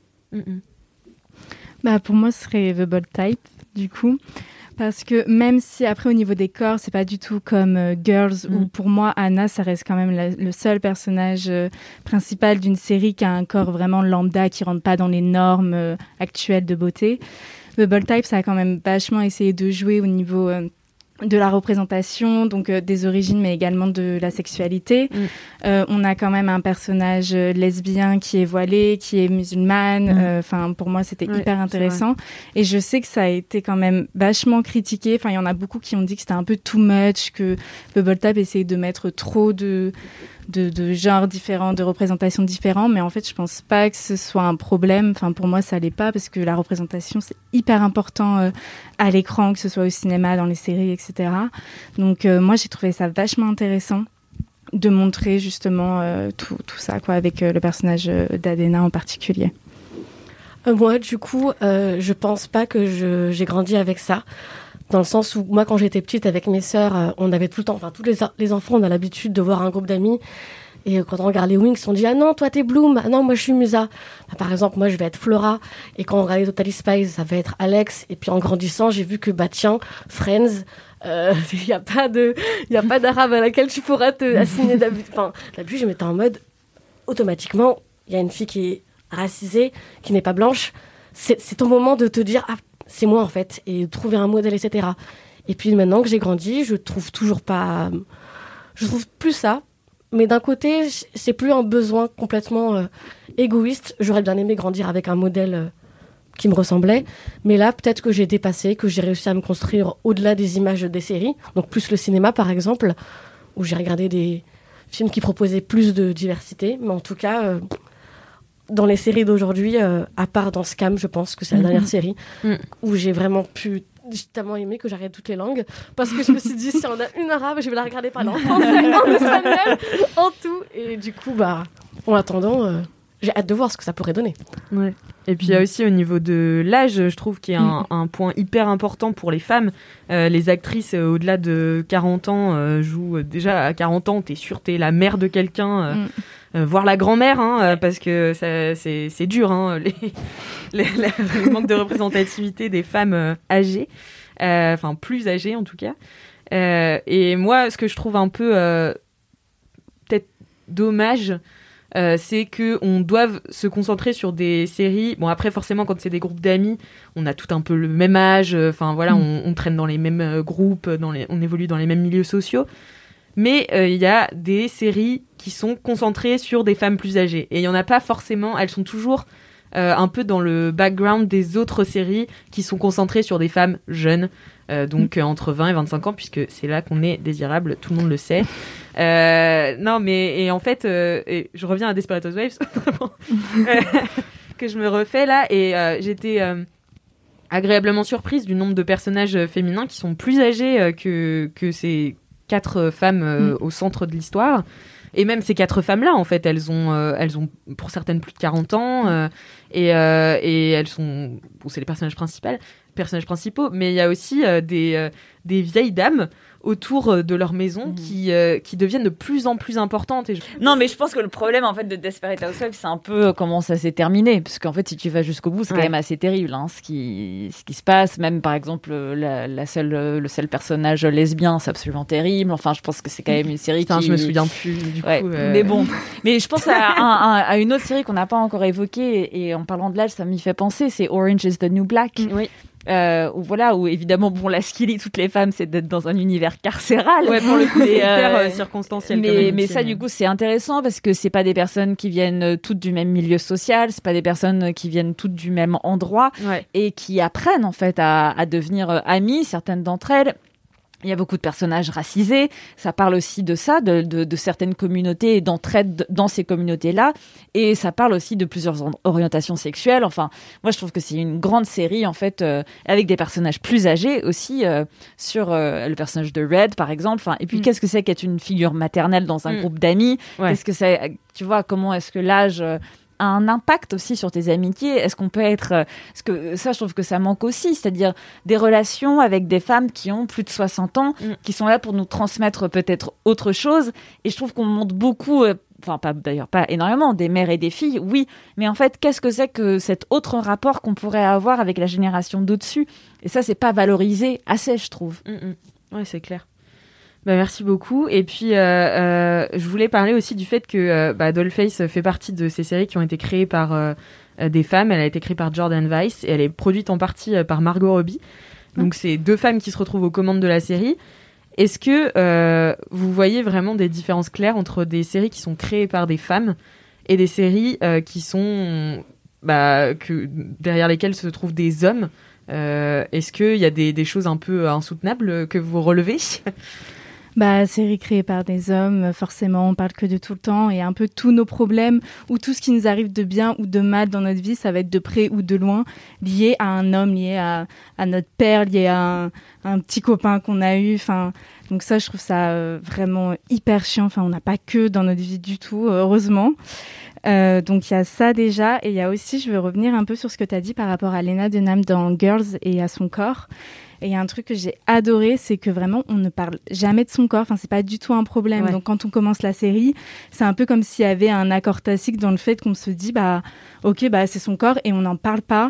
Pour moi, ce serait The Bold Type, du coup. Parce que même si après au niveau des corps, c'est pas du tout comme Girls, où pour moi Anna, ça reste quand même le seul personnage principal d'une série qui a un corps vraiment lambda, qui rentre pas dans les normes actuelles de beauté. The Bold Type, ça a quand même vachement essayé de jouer au niveau de la représentation, donc des origines, mais également de la sexualité. On a quand même un personnage lesbien qui est voilé, qui est musulmane. Pour moi, c'était hyper intéressant. Et je sais que ça a été quand même vachement critiqué. Enfin, il y en a beaucoup qui ont dit que c'était un peu too much, que The Bold Type essayait de mettre trop de genres différents, de représentations différentes, mais en fait, je pense pas que ce soit un problème. Enfin, pour moi, ça l'est pas, parce que la représentation, c'est hyper important à l'écran, que ce soit au cinéma, dans les séries, etc. Donc, moi, j'ai trouvé ça vachement intéressant de montrer justement tout ça, quoi, avec le personnage d'Adena en particulier. Moi, du coup, je pense pas que j'ai grandi avec ça. Dans le sens où, moi, quand j'étais petite, avec mes sœurs, on avait tout le temps, tous les enfants, on a l'habitude de voir un groupe d'amis. Et quand on regarde les Wings, on dit « Ah non, toi, t'es Bloom. Ah non, moi, je suis Musa. » Par exemple, moi, je vais être Flora. Et quand on regarde Totally Spies, ça va être Alex. Et puis, en grandissant, j'ai vu que, Friends, il y a pas d'arabe à laquelle tu pourras te assigner d'habitude. D'habitude, je m'étais en mode, automatiquement, il y a une fille qui est racisée, qui n'est pas blanche. C'est ton moment de te dire « Ah, c'est moi en fait », et trouver un modèle, etc. Et puis maintenant que j'ai grandi, je trouve plus ça, mais d'un côté c'est plus un besoin complètement égoïste. J'aurais bien aimé grandir avec un modèle qui me ressemblait, mais là peut-être que j'ai dépassé, que j'ai réussi à me construire au-delà des images des séries, donc plus le cinéma par exemple, où j'ai regardé des films qui proposaient plus de diversité, mais en tout cas dans les séries d'aujourd'hui, à part dans Scam, je pense que c'est la dernière série où j'ai vraiment pu tellement aimer que j'arrête toutes les langues, parce que je me suis dit, si on a une arabe, je vais la regarder parler en français, en espagnol, en tout. Et du coup, en attendant, j'ai hâte de voir ce que ça pourrait donner. Ouais. Et puis il y a aussi au niveau de l'âge, je trouve qu'il y a un point hyper important pour les femmes. Les actrices au-delà de 40 ans jouent déjà à 40 ans, t'es sûre, t'es la mère de quelqu'un. Voire la grand-mère, parce que c'est dur, le manque de représentativité des femmes âgées, plus âgées en tout cas. Et moi, ce que je trouve un peu dommage, c'est qu'on doive se concentrer sur des séries. Bon, après, forcément, quand c'est des groupes d'amis, on a tout un peu le même âge. Enfin, voilà, on traîne dans les mêmes groupes, on évolue dans les mêmes milieux sociaux. Mais il y a des séries qui sont concentrées sur des femmes plus âgées. Et il n'y en a pas forcément. Elles sont toujours un peu dans le background des autres séries qui sont concentrées sur des femmes jeunes. Donc entre 20 et 25 ans, puisque c'est là qu'on est désirable, tout le monde le sait. Non, mais et en fait, et je reviens à Desperate Housewives, que je me refais là, et j'étais agréablement surprise du nombre de personnages féminins qui sont plus âgés que ces 4 femmes au centre de l'histoire. Et même ces 4 femmes-là, en fait, elles ont pour certaines plus de 40 ans, et elles sont, bon, c'est les personnages principaux, mais il y a aussi des vieilles dames autour de leur maison qui deviennent de plus en plus importantes. Non, mais je pense que le problème en fait de Desperate Housewives, c'est un peu comment ça s'est terminé, parce qu'en fait, si tu vas jusqu'au bout, c'est quand même assez terrible, hein, ce qui se passe. Même par exemple, le seul personnage lesbien, c'est absolument terrible. Enfin, je pense que c'est quand même une série je me souviens plus du coup. Mais bon, mais je pense à une autre série qu'on n'a pas encore évoquée, et en parlant de l'âge, ça m'y fait penser. C'est Orange is the New Black. Oui. Où évidemment, la ce qui lie toutes les femmes, c'est d'être dans un univers carcéral. Ouais, pour le coup, c'est hyper circonstanciel. Mais ça, du coup, c'est intéressant parce que c'est pas des personnes qui viennent toutes du même milieu social, c'est pas des personnes qui viennent toutes du même endroit, et qui apprennent en fait à devenir amies, certaines d'entre elles. Il y a beaucoup de personnages racisés. Ça parle aussi de ça, de certaines communautés et d'entraide dans ces communautés-là. Et ça parle aussi de plusieurs orientations sexuelles. Enfin, moi, je trouve que c'est une grande série, en fait, avec des personnages plus âgés aussi, sur le personnage de Red, par exemple. Enfin, et puis, qu'est-ce que c'est qu'être une figure maternelle dans un groupe d'amis? Qu'est-ce que c'est, tu vois, comment est-ce que l'âge a un impact aussi sur tes amitiés? Est-ce qu'on peut être... Parce que ça, je trouve que ça manque aussi, c'est-à-dire des relations avec des femmes qui ont plus de 60 ans, qui sont là pour nous transmettre peut-être autre chose. Et je trouve qu'on montre beaucoup... Enfin, pas énormément, des mères et des filles, oui. Mais en fait, qu'est-ce que c'est que cet autre rapport qu'on pourrait avoir avec la génération d'au-dessus? Et ça, c'est pas valorisé assez, je trouve. Ouais, c'est clair. Merci beaucoup. Et puis, je voulais parler aussi du fait que Dollface fait partie de ces séries qui ont été créées par des femmes. Elle a été créée par Jordan Weiss et elle est produite en partie par Margot Robbie. Donc, c'est 2 femmes qui se retrouvent aux commandes de la série. Est-ce que vous voyez vraiment des différences claires entre des séries qui sont créées par des femmes et des séries qui sont derrière lesquelles se trouvent des hommes? Est-ce qu'il y a des choses un peu insoutenables que vous relevez? Série créée par des hommes, forcément, on parle que de tout le temps, et un peu tous nos problèmes ou tout ce qui nous arrive de bien ou de mal dans notre vie, ça va être de près ou de loin, lié à un homme, lié à notre père, lié à un petit copain qu'on a eu. Enfin, donc ça, je trouve ça vraiment hyper chiant. Enfin, on n'a pas que dans notre vie du tout, heureusement. Donc il y a ça déjà, et il y a aussi, je veux revenir un peu sur ce que tu as dit par rapport à Lena Dunham dans Girls et à son corps. Et il y a un truc que j'ai adoré, c'est que vraiment, on ne parle jamais de son corps. Enfin, c'est pas du tout un problème. Donc, quand on commence la série, c'est un peu comme s'il y avait un accord tacite dans le fait qu'on se dit, c'est son corps et on n'en parle pas.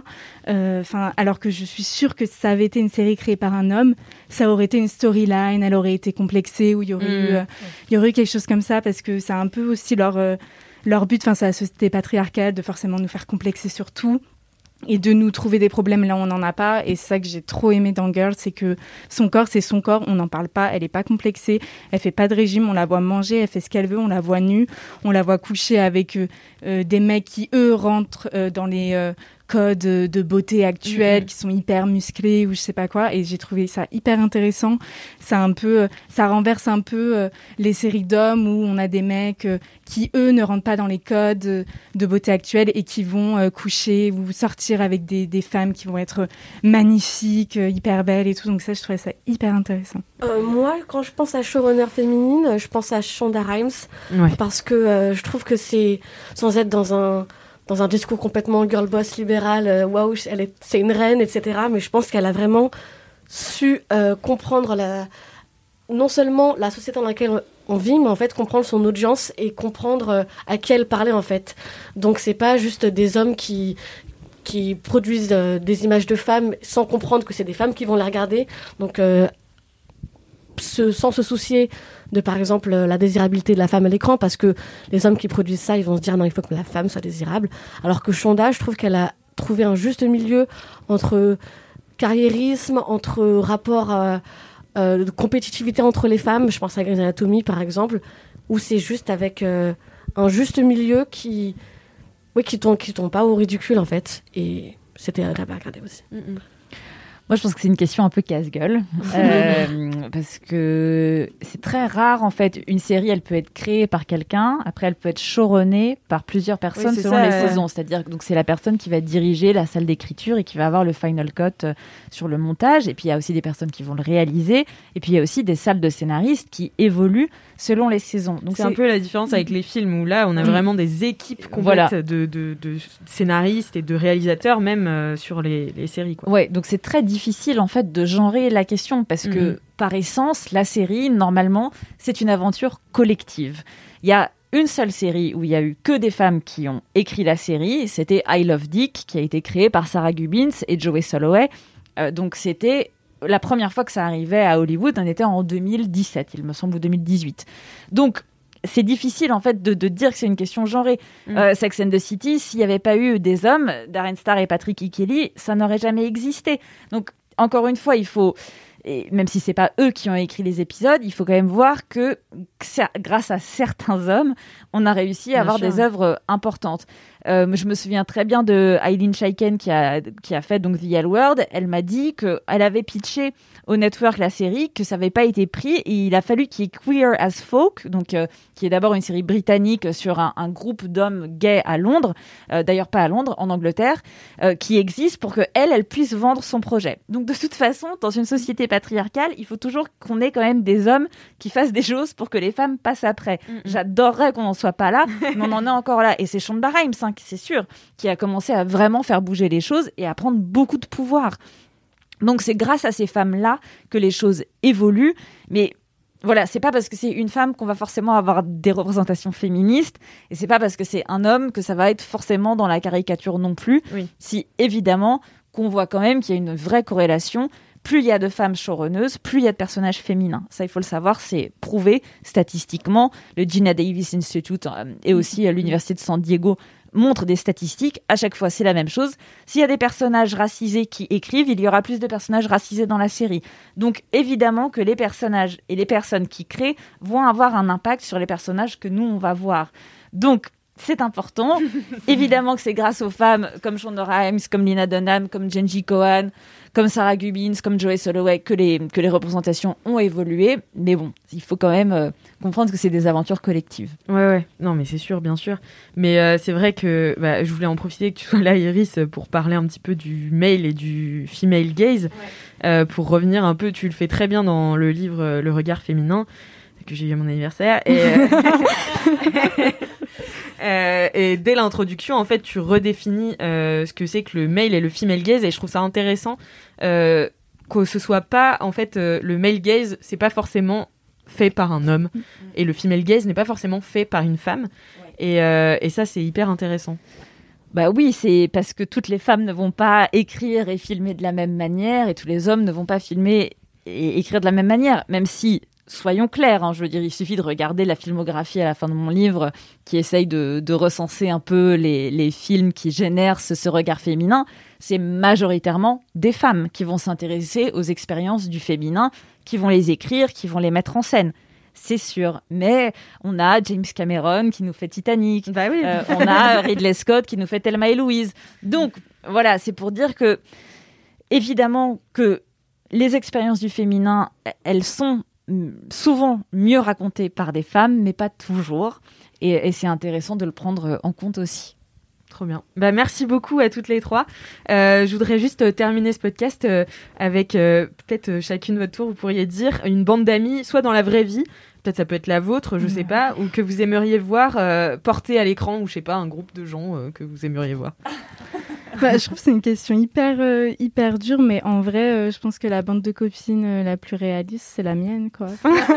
Alors que je suis sûre que si ça avait été une série créée par un homme, ça aurait été une storyline, elle aurait été complexée, ou il y aurait eu quelque chose comme ça, parce que c'est un peu aussi leur but, c'est la société patriarcale, de forcément nous faire complexer sur tout. Et de nous trouver des problèmes là où on n'en a pas. Et c'est ça que j'ai trop aimé dans Girls, c'est que son corps, c'est son corps, on n'en parle pas, elle n'est pas complexée, elle fait pas de régime, on la voit manger, elle fait ce qu'elle veut, on la voit nue, on la voit coucher avec des mecs qui, eux, rentrent dans les codes de beauté actuels, qui sont hyper musclés ou je sais pas quoi. Et j'ai trouvé ça hyper intéressant. Ça renverse un peu les séries d'hommes où on a des mecs qui, eux, ne rentrent pas dans les codes de beauté actuels et qui vont coucher ou sortir avec des femmes qui vont être magnifiques, hyper belles et tout. Donc ça, je trouvais ça hyper intéressant. Moi, quand je pense à showrunner féminine, je pense à Shonda Rhimes, parce que je trouve que c'est, sans être dans un discours complètement girl boss libéral, waouh, c'est une reine, etc. Mais je pense qu'elle a vraiment su comprendre non seulement la société dans laquelle on vit, mais en fait comprendre son audience et comprendre à qui elle parlait en fait. Donc c'est pas juste des hommes qui produisent des images de femmes sans comprendre que c'est des femmes qui vont les regarder. Donc sans se soucier de, par exemple, la désirabilité de la femme à l'écran, parce que les hommes qui produisent ça, ils vont se dire non, il faut que la femme soit désirable. Alors que Shonda, je trouve qu'elle a trouvé un juste milieu entre carriérisme, entre rapport de compétitivité entre les femmes. Je pense à Grey's Anatomy, par exemple, où c'est juste avec un juste milieu qui tombe pas au ridicule, en fait. Et c'était agréable à regarder aussi. Moi, je pense que c'est une question un peu casse-gueule, parce que c'est très rare, en fait. Une série, elle peut être créée par quelqu'un, après, elle peut être showrunnée par plusieurs personnes selon les saisons. C'est-à-dire que c'est la personne qui va diriger la salle d'écriture et qui va avoir le final cut sur le montage. Et puis, il y a aussi des personnes qui vont le réaliser. Et puis, il y a aussi des salles de scénaristes qui évoluent selon les saisons. Donc, c'est un peu la différence avec les films, où là, on a vraiment des équipes complètes de scénaristes et de réalisateurs, même sur les séries, quoi. Ouais, donc c'est très difficile en fait de genrer la question parce que par essence, la série, normalement, c'est une aventure collective. Il y a une seule série où il y a eu que des femmes qui ont écrit la série, c'était I Love Dick, qui a été créée par Sarah Gubbins et Joey Soloway. Donc c'était la première fois que ça arrivait à Hollywood, on était en 2017, il me semble, ou 2018. Donc c'est difficile en fait de dire que c'est une question genrée. Sex and the City, s'il n'y avait pas eu des hommes, Darren Star et Patrick E. Kelly, ça n'aurait jamais existé. Donc encore une fois, il faut, et même si c'est pas eux qui ont écrit les épisodes, il faut quand même voir que grâce à certains hommes, on a réussi à avoir des œuvres importantes. Je me souviens très bien de Eileen Chaiken qui a fait donc The L Word. Elle m'a dit qu'elle avait pitché au network la série, que ça n'avait pas été pris et il a fallu qu'il y ait Queer as Folk, donc qui est d'abord une série britannique sur un groupe d'hommes gays à Londres, d'ailleurs pas à Londres, en Angleterre, qui existe pour qu'elle puisse vendre son projet. Donc de toute façon, dans une société patriarcale, il faut toujours qu'on ait quand même des hommes qui fassent des choses pour que les femmes passent après. J'adorerais qu'on n'en soit pas là, mais on en est encore là. Et c'est Shonda Rhimes, c'est sûr, qui a commencé à vraiment faire bouger les choses et à prendre beaucoup de pouvoir. Donc c'est grâce à ces femmes-là que les choses évoluent, mais voilà, c'est pas parce que c'est une femme qu'on va forcément avoir des représentations féministes, et c'est pas parce que c'est un homme que ça va être forcément dans la caricature non plus. Si évidemment qu'on voit quand même qu'il y a une vraie corrélation. Plus il y a de femmes showrunneuses, plus il y a de personnages féminins. Ça, il faut le savoir, c'est prouvé statistiquement. Le Gina Davis Institute et aussi l'Université de San Diego montrent des statistiques. À chaque fois, c'est la même chose. S'il y a des personnages racisés qui écrivent, il y aura plus de personnages racisés dans la série. Donc, évidemment que les personnages et les personnes qui créent vont avoir un impact sur les personnages que nous, on va voir. Donc, c'est important. Évidemment que c'est grâce aux femmes comme Shonda Rhimes, comme Lena Dunham, comme Jenji Kohan, comme Sarah Gubbins, comme Joey Soloway, que les représentations ont évolué. Mais bon, il faut quand même comprendre que c'est des aventures collectives. Ouais. Non, mais c'est sûr, bien sûr. Mais c'est vrai que je voulais en profiter que tu sois là, Iris, pour parler un petit peu du male et du female gaze. Pour revenir un peu, tu le fais très bien dans le livre Le regard féminin, que j'ai eu à mon anniversaire. Et dès l'introduction, en fait, tu redéfinis ce que c'est que le male et le female gaze, et je trouve ça intéressant que ce soit pas, en fait, le male gaze, c'est pas forcément fait par un homme, et le female gaze n'est pas forcément fait par une femme, et ça, c'est hyper intéressant. Bah oui, c'est parce que toutes les femmes ne vont pas écrire et filmer de la même manière, et tous les hommes ne vont pas filmer et écrire de la même manière, même si... Soyons clairs, je veux dire, il suffit de regarder la filmographie à la fin de mon livre qui essaye de recenser un peu les films qui génèrent ce regard féminin. C'est majoritairement des femmes qui vont s'intéresser aux expériences du féminin, qui vont les écrire, qui vont les mettre en scène. C'est sûr, mais on a James Cameron qui nous fait Titanic, on a Ridley Scott qui nous fait Thelma et Louise. Donc voilà, c'est pour dire que évidemment que les expériences du féminin, elles sont souvent mieux raconté par des femmes, mais pas toujours. Et c'est intéressant de le prendre en compte aussi. Trop bien. Merci beaucoup à toutes les trois. Je voudrais juste terminer ce podcast avec peut-être chacune votre tour, vous pourriez dire une bande d'amis, soit dans la vraie vie, peut-être ça peut être la vôtre, je sais pas, ou que vous aimeriez voir porter à l'écran, ou je sais pas, un groupe de gens que vous aimeriez voir. Je trouve que c'est une question hyper dure, mais en vrai, je pense que la bande de copines la plus réaliste, c'est la mienne, quoi.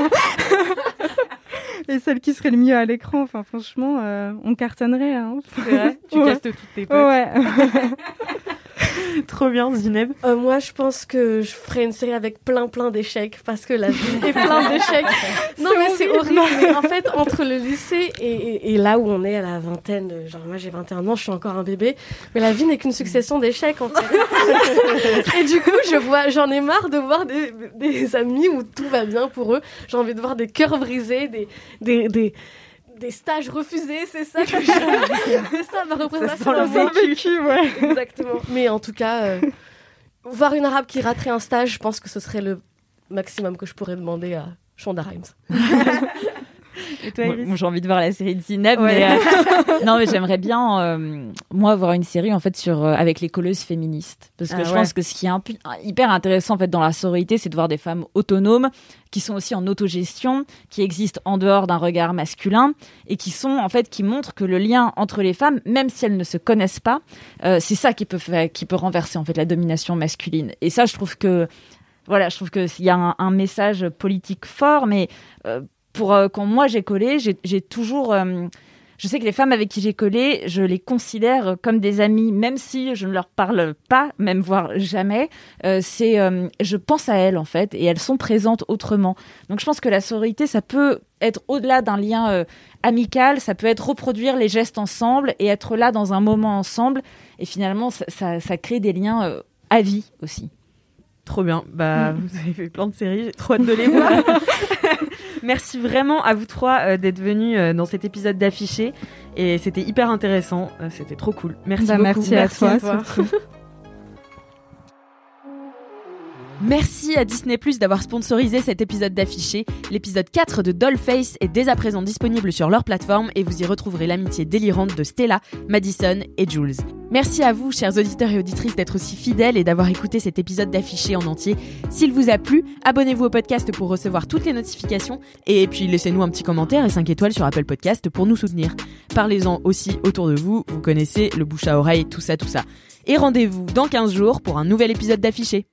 Et celle qui serait le mieux à l'écran, enfin, franchement, on cartonnerait. Hein. C'est vrai, tu castes toutes tes potes. Ouais. Trop bien, Zineb. Moi, je pense que je ferais une série avec plein d'échecs parce que la vie est plein d'échecs. Non, mais c'est horrible. Mais en fait, entre le lycée et là où on est à la vingtaine, genre moi j'ai 21 ans, je suis encore un bébé, mais la vie n'est qu'une succession d'échecs en fait. Et du coup, j'en ai marre de voir des amis où tout va bien pour eux. J'ai envie de voir des cœurs brisés, des stages refusés, c'est ça que c'est ça ma représentation. Ça sent le vécu, ouais. Exactement. Mais en tout cas, voir une arabe qui raterait un stage, je pense que ce serait le maximum que je pourrais demander à Shonda Rhimes. Et toi, Iris ? Moi, j'ai envie de voir la série de Zineb, ouais. mais non, mais j'aimerais bien moi voir une série en fait avec les colleuses féministes, parce que je pense que ce qui est hyper intéressant en fait dans la sororité, c'est de voir des femmes autonomes qui sont aussi en autogestion, qui existent en dehors d'un regard masculin et qui montrent que le lien entre les femmes, même si elles ne se connaissent pas, c'est ça qui peut renverser en fait la domination masculine. Et ça, je trouve que il y a un message politique fort, mais quand moi j'ai collé, j'ai toujours... je sais que les femmes avec qui j'ai collé, je les considère comme des amies, même si je ne leur parle pas, même voire jamais. Je pense à elles, en fait, et elles sont présentes autrement. Donc je pense que la sororité, ça peut être au-delà d'un lien amical, ça peut être reproduire les gestes ensemble et être là dans un moment ensemble. Et finalement, ça crée des liens à vie aussi. Trop bien. Vous avez fait plein de séries, j'ai trop hâte de les voir. Merci vraiment à vous trois d'être venus dans cet épisode d'Affiché. Et c'était hyper intéressant. C'était trop cool. Merci beaucoup. Merci à toi. Merci à Disney+ d'avoir sponsorisé cet épisode d'Affiché. L'épisode 4 de Dollface est dès à présent disponible sur leur plateforme et vous y retrouverez l'amitié délirante de Stella, Madison et Jules. Merci à vous, chers auditeurs et auditrices, d'être aussi fidèles et d'avoir écouté cet épisode d'Affiché en entier. S'il vous a plu, abonnez-vous au podcast pour recevoir toutes les notifications et puis laissez-nous un petit commentaire et 5 étoiles sur Apple Podcast pour nous soutenir. Parlez-en aussi autour de vous, vous connaissez le bouche à oreille, tout ça. Et rendez-vous dans 15 jours pour un nouvel épisode d'Affiché.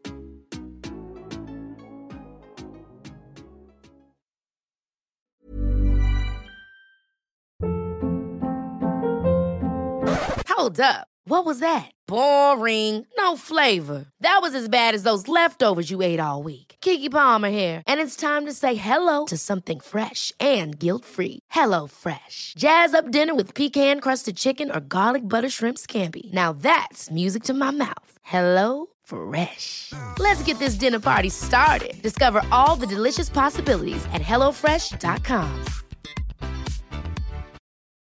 Hold up. What was that? Boring. No flavor. That was as bad as those leftovers you ate all week. Keke Palmer here, and it's time to say hello to something fresh and guilt-free. Hello Fresh. Jazz up dinner with pecan-crusted chicken or garlic butter shrimp scampi. Now that's music to my mouth. Hello Fresh. Let's get this dinner party started. Discover all the delicious possibilities at HelloFresh.com.